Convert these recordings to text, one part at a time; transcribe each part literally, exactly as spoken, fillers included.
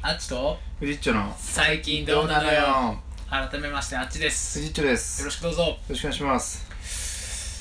あっちとフジッチョの最近どうなのよ。改めましてあっちです。 フジッチョです。 よろしくどうぞ。よろしくお願いします。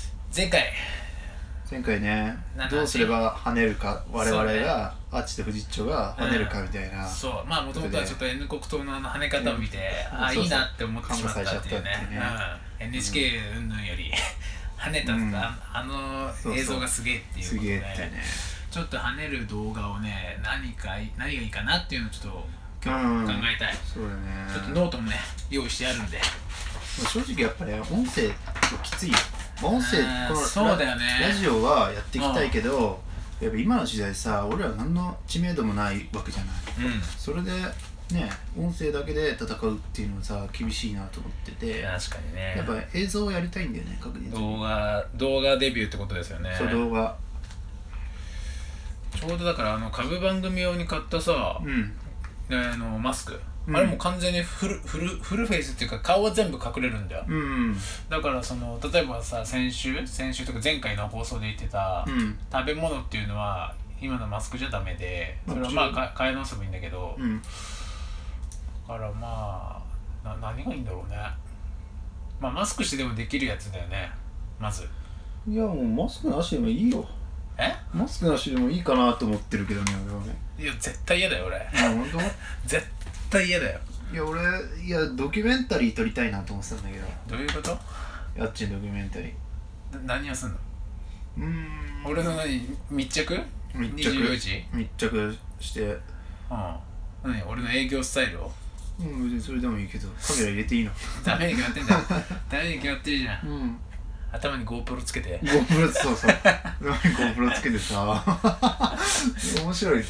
前回前回ね、どうすれば跳ねるか、我々が、ね、あっちとフジッチョが跳ねるかみたいな、 うん、そうまあもともとはちょっと N 国党のあの跳ね方を見て、うん、ああいいなって思ってしまったっていうね、うん、エヌエイチケー 云々より跳ねた、うん、あ, あの映像がすげえっていうことで、ね、ちょっと跳ねる動画をね、何か何がいいかなっていうのをちょっと今日考えたい、うん、 そうだね。 ちょっとノートもね用意してあるんで、 正直やっぱり、ね、音声きついよ。音声このそうだよね、 ラジオはやっていきたいけど、うん、やっぱ今の時代さ、俺ら何の知名度もないわけじゃない、うん、それでね、音声だけで戦うっていうのはさ、厳しいなと思ってて。 確かにね、 やっぱ映像をやりたいんだよね、確実に。 動画動画デビューってことですよね。 そう、動画ちょうどだからあの株番組用に買ったさ、うん、あのマスク、うん、あれもう完全にフルフルフルフェイスっていうか顔は全部隠れるんだよ、うん、だからその例えばさ、先週先週とか前回の放送で言ってた、うん、食べ物っていうのは今のマスクじゃダメで、それはまあ買い直せばいいんだけど、うん、だからまあな何がいいんだろうね。まあマスクしてでもできるやつだよね、まず。 いやもうマスクなしでもいいよ。 えマスクなしでもいいかなと思ってるけどね、俺はね。 いや絶対嫌だよ俺。 あ、本当？ 絶対嫌だよ。 いや俺、いやドキュメンタリー撮りたいなと思ってたんだけど。 どういうこと？ あっちのドキュメンタリー。 何をすんの？ うーん。 俺の何密着？ 密着。 にじゅうよじ？ 密着して。うん。 何？俺の営業スタイルを？ うん、別にそれでもいいけど、カメラ入れていいの？ ダメに決まってんだよ。ダメに決まってるじゃん。うん。頭に GoPro つけて GoPro そうそうGoPro つけてさ面白いね。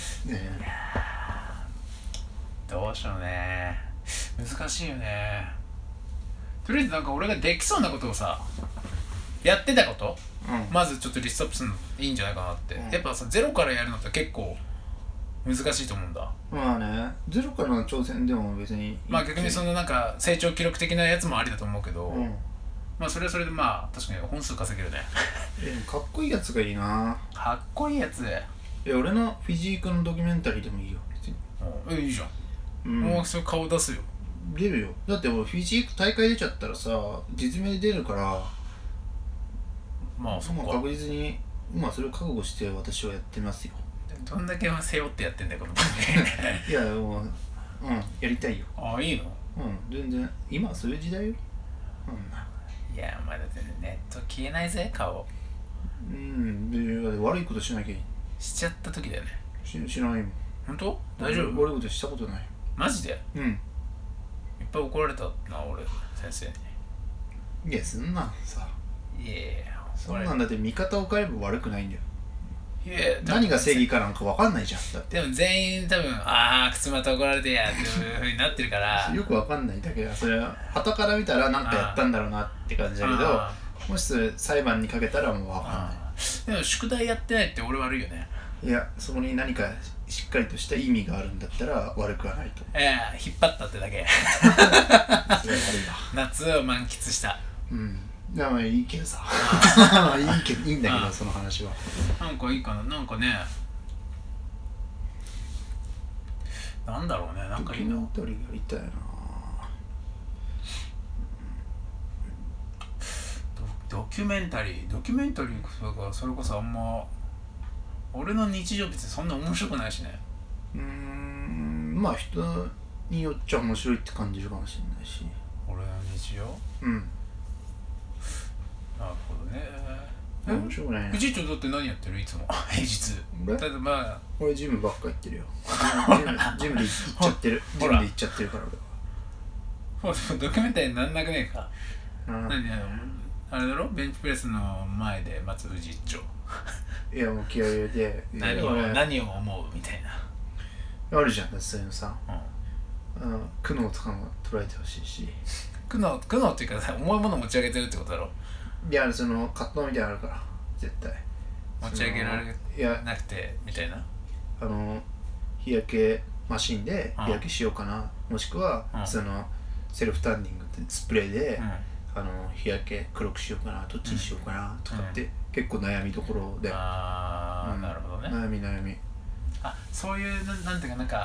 どうしようね、難しいよね。とりあえずなんか俺ができそうなことをさ、やってたこと、うん、まずちょっとリストアップするのいいんじゃないかなって、うん、やっぱさゼロからやるのって結構難しいと思うんだ。 まあね、ゼロからの挑戦でも別にいい。 まあ逆にそのなんか成長記録的なやつもありだと思うけど、うん、まあそれはそれでまあ確かに本数稼げるね。 でもかっこいいやつがいいな。 かっこいいやつ。 いや俺のフィジークのドキュメンタリーでもいいよ別に。 え、いいじゃん。うん、もうそれ顔出すよ。 出るよ。だって俺フィジーク大会出ちゃったらさ、実名で出るから。 まあそっか。 確実にまあそれを覚悟して私はやってますよ。 どんだけ背負ってやってんだよこの番組。いやもううんやりたいよ。 ああいいの？ うん全然今はそういう時代よ。 うん。いやまだ全然ネット消えないぜ顔。 うん、で悪いことしなきゃいい。 しちゃった時だよね。 し知らないもん。 本当？大丈夫？ 悪いことしたことない。 マジで？ うん。 いっぱい怒られたな俺先生に。いやそんなんさ。 いやいやそんなんだって見方を変えれば悪くないんだよ。 いや何が正義かなんか分かんないじゃん。だってでも全員多分ああ靴また怒られてやっていう風になってるからよく分かんないだけど、それは傍から見たら何かやったんだろうなって感じだけど、もしそれ裁判にかけたらもう分かんない。 でも宿題やってないって俺悪いよね。 いやそこに何かしっかりとした意味があるんだったら悪くはないと。 ええ引っ張ったってだけ。 それ悪いわ。 夏を満喫した。 うん。いやまあいいけどさ。いいけどいいんだけどその話は。 なんかいいかな、なんかね。なんだろうね、なんかいいな。 ドキュメンタリーやりたいな。 ド, ドキュメンタリードキュメンタリーがそれこそあんま俺の日常別にそんな面白くないしね。 うーんまあ人によっちゃ面白いって感じるかもしれないし。 俺の日常？うん。なるほどね。 面白くないね。 藤井長だって何やってるいつも平日。だってまあ俺ジムばっか行ってるよ。ジムで行っちゃってる。ジムで行っちゃってるから俺は。ドキュメンタリーになんなくねえか。何あのあれだろ、ベンチプレスの前で待つ藤井長。 いやもう気合い入れて何を何を思うみたいな。 あるじゃんだってそういうのさ。うん。苦悩とかも捉えてほしいし。 苦悩苦悩っていうかさ、重いもの持ち上げてるってことだろ。 いやその葛藤みたいなのあるから絶対持ち上げられなくてみたいな。 あの日焼けマシンで日焼けしようかな、うん、もしくは、うん、そのセルフタンニングってスプレーで、うん、あの日焼け黒くしようかなどっちにしようかな、うん、とかって、うん、結構悩みどころで。 ああ、うん、なるほどね。 悩み悩み。 あ、そういう な, なんていうかなんか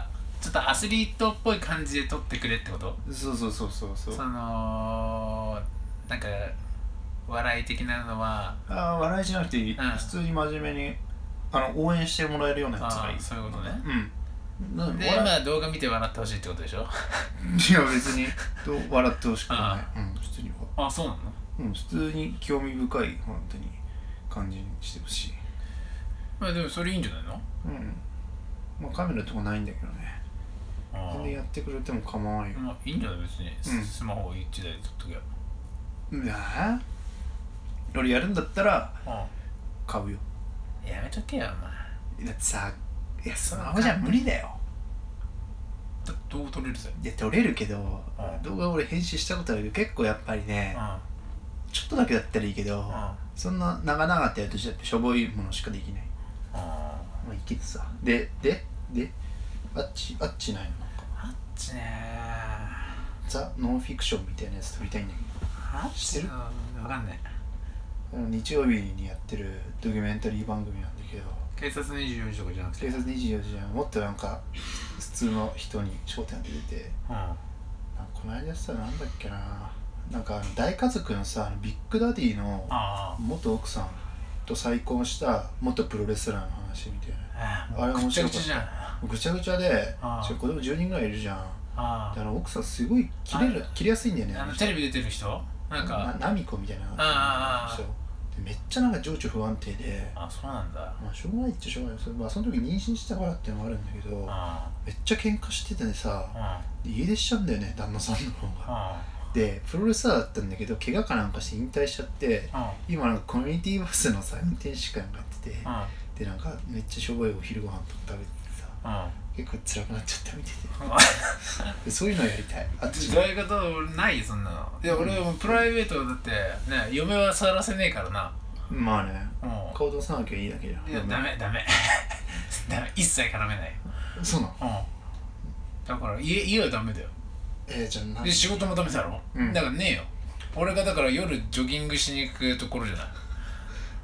ちょっとアスリートっぽい感じで撮ってくれってこと？ そうそうそうそうそう。 そのなんか笑い的なのはあ笑いじゃなくていい、 うん、 普通に真面目にあの応援してもらえるようなやつがいい。 そういうことね。 うんでまあ動画見て笑ってほしいってことでしょ？いや別にどう笑ってほしくない。うん、普通にあそうなの？ うん、普通に興味深い本当に感じにしてほしい。 まあでもそれいいんじゃないの？ うんまあカメラとかないんだけどね。全然やってくれても構わんよ。 まあいいんじゃない別に、うん、スマホいちだいで撮っときゃ。 いや俺やるんだったら買うよ。 やめとけよお前。 だってさ、いやスマホじゃ無理だよ。 だって動画撮れるぜ。 いや撮れるけど、動画俺編集したことあるけど結構やっぱりね、ちょっとだけだったらいいけど、そんな長々ってやるとしょぼいものしかできない。まあいいけどさ。ででであっちあっちないの？ あっちねー。 ザ・ノンフィクションみたいなやつ撮りたいんだけど。 あっち知ってる？わかんない。 日曜日にやってるドキュメンタリー番組なんだけど。 警察にじゅうよじとかじゃなくて。 警察にじゅうよじじゃん。もっとなんか普通の人に焦点当ててて。うん。なんかこの間さなんだっけな。なんか大家族のさビッグダディの元奥さんと再婚した元プロレスラーの話みたいな。 あれ面白かった。 ぐちゃぐちゃで子供じゅうにんぐらいいるじゃん。あの奥さんすごい切れる切れやすいんだよね。 あのテレビ出てる人なんかナミコみたいな。 ああめっちゃなんか情緒不安定で。 あそうなんだ。 まあしょうがないっちゃしょうがない。まあその時妊娠したからっていうのもあるんだけど、めっちゃ喧嘩しててさ、家出しちゃうんだよね旦那さんの方が。でプロレスラーだったんだけど怪我かなんかして引退しちゃって、今なんかコミュニティバスのさ運転手かなんかやってて、でなんかめっちゃしょぼいお昼ご飯とか食べててさ、結構辛くなっちゃった見てて。そういうのやりたい。 あっちどういうことないそんなの。いや俺もプライベートだってね嫁は触らせねえからな。 まあね、顔出さなきゃいいだけじゃん。 いやダメダメダメ一切絡めない。 そうなの？ だから家家はダメだよ。 えー、じゃあで仕事もダメだろ、うん、だからねえよ俺がだから夜ジョギングしに行くところじゃない。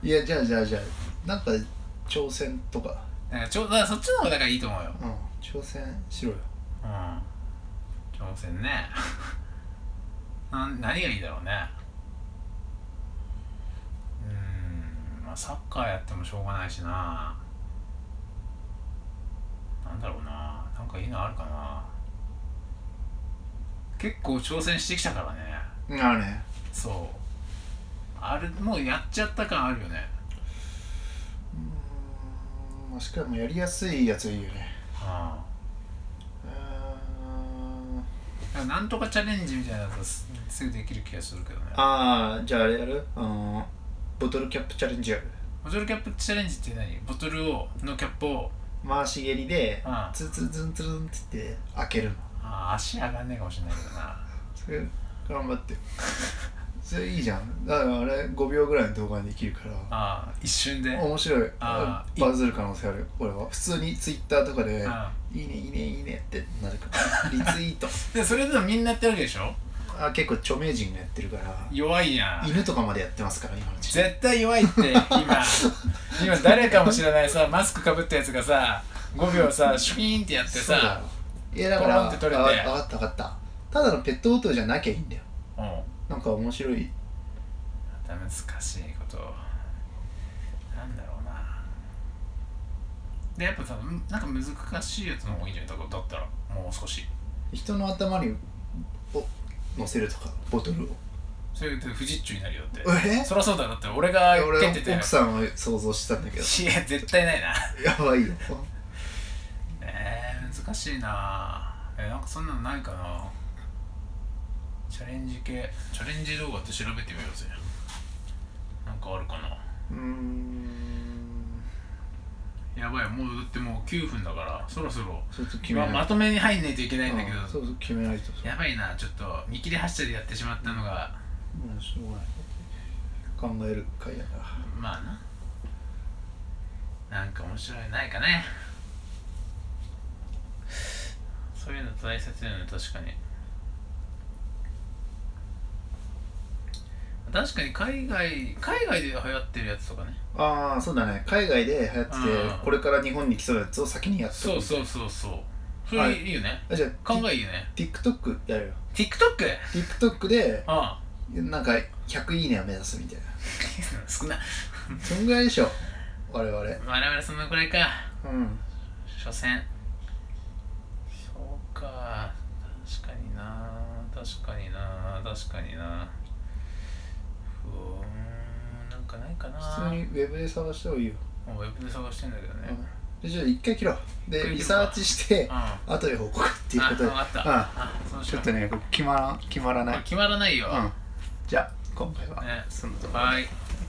いやじゃあじゃあじゃあなんか挑戦とかなんかちょだからそっちの方がだからいいと思うよ。 うん挑戦しろよ。 うん挑戦ねな何がいいだろうね。うーんまあサッカーやってもしょうがないしな。なんだろうななんかいいのあるかな。結構挑戦してきたからね。 ああねそうあれもうやっちゃった感あるよね。 うーんしかもやりやすいやつがいいよね。ああなんとかチャレンジみたいなやつすぐできる気がするけどね。 ああじゃああれやるあのボトルキャップチャレンジやる。 ボトルキャップチャレンジって何？ボトルをのキャップを回し蹴りでツツツンツルンって言って開けるの。 ああ足上がんねえかもしれないけどな。 それ頑張ってそれいいじゃん。だからあれごびょうぐらいの動画でできるから。 ああ一瞬で面白い。あバズる可能性ある。俺は普通にツイッターとかでいいねいいねいいねってなるからリツイートでそれでもみんなやってるわけでしょ。 あ結構著名人がやってるから弱いやん。 犬とかまでやってますから今の時代絶対弱いって今今誰かもしれないさマスクかぶったやつがさごびょうさシュキーンってやってさいやだから分かった分かった分かった。ただのペットボトルじゃなきゃいいんだよ。うんなんか面白い。 また難しいことなんだろうな。でやっぱさなんか難しいやつの方がいいんじゃないだったらもう少し人の頭にを乗せるとかボトルをそれでフジッチュになるよって。 えそりゃそうだよだって俺が蹴ってて奥さんを想像してたんだけどいや絶対ないなやばいよえー、難しいな。えー、なんかそんなのないかな。チャレンジ系チャレンジ動画って調べてみようぜ。なんかあるかな。 うーんやばいもうだってもうきゅうふんだからそろそろままとめに入んないといけないんだけどそうそう決めないとやばいなちょっと見切り発車でやってしまったのがまあしょうがない考える回やからまあななんか面白いないかね。そういうの大切だよね確かに。確かに海外海外で流行ってるやつとかね。 ああそうだね海外で流行っててこれから日本に来そうなやつを先にやっとく。 そうそうそうそうそれいいよね。 あ、じゃあ考えいいよね。 TikTok やるよ。 TikTok？ TikTok でああなんかひゃくいいねを目指すみたいな少なそんぐらいでしょ我々。我 々そのくらいか。 うん所詮そうか。確かにな確かにな確かになふーんなんかないかな。 普通にウェブで探した方がいいよ。 ウェブで探してんだけどね、 うん、でじゃあ一回切ろう。でリサーチして後で報告っていうことで。 あ、分かった。 ああちょっとね決まら決まらない決まらないよ、 うん、じゃあ今回は、 ね、 そのところで。 はい。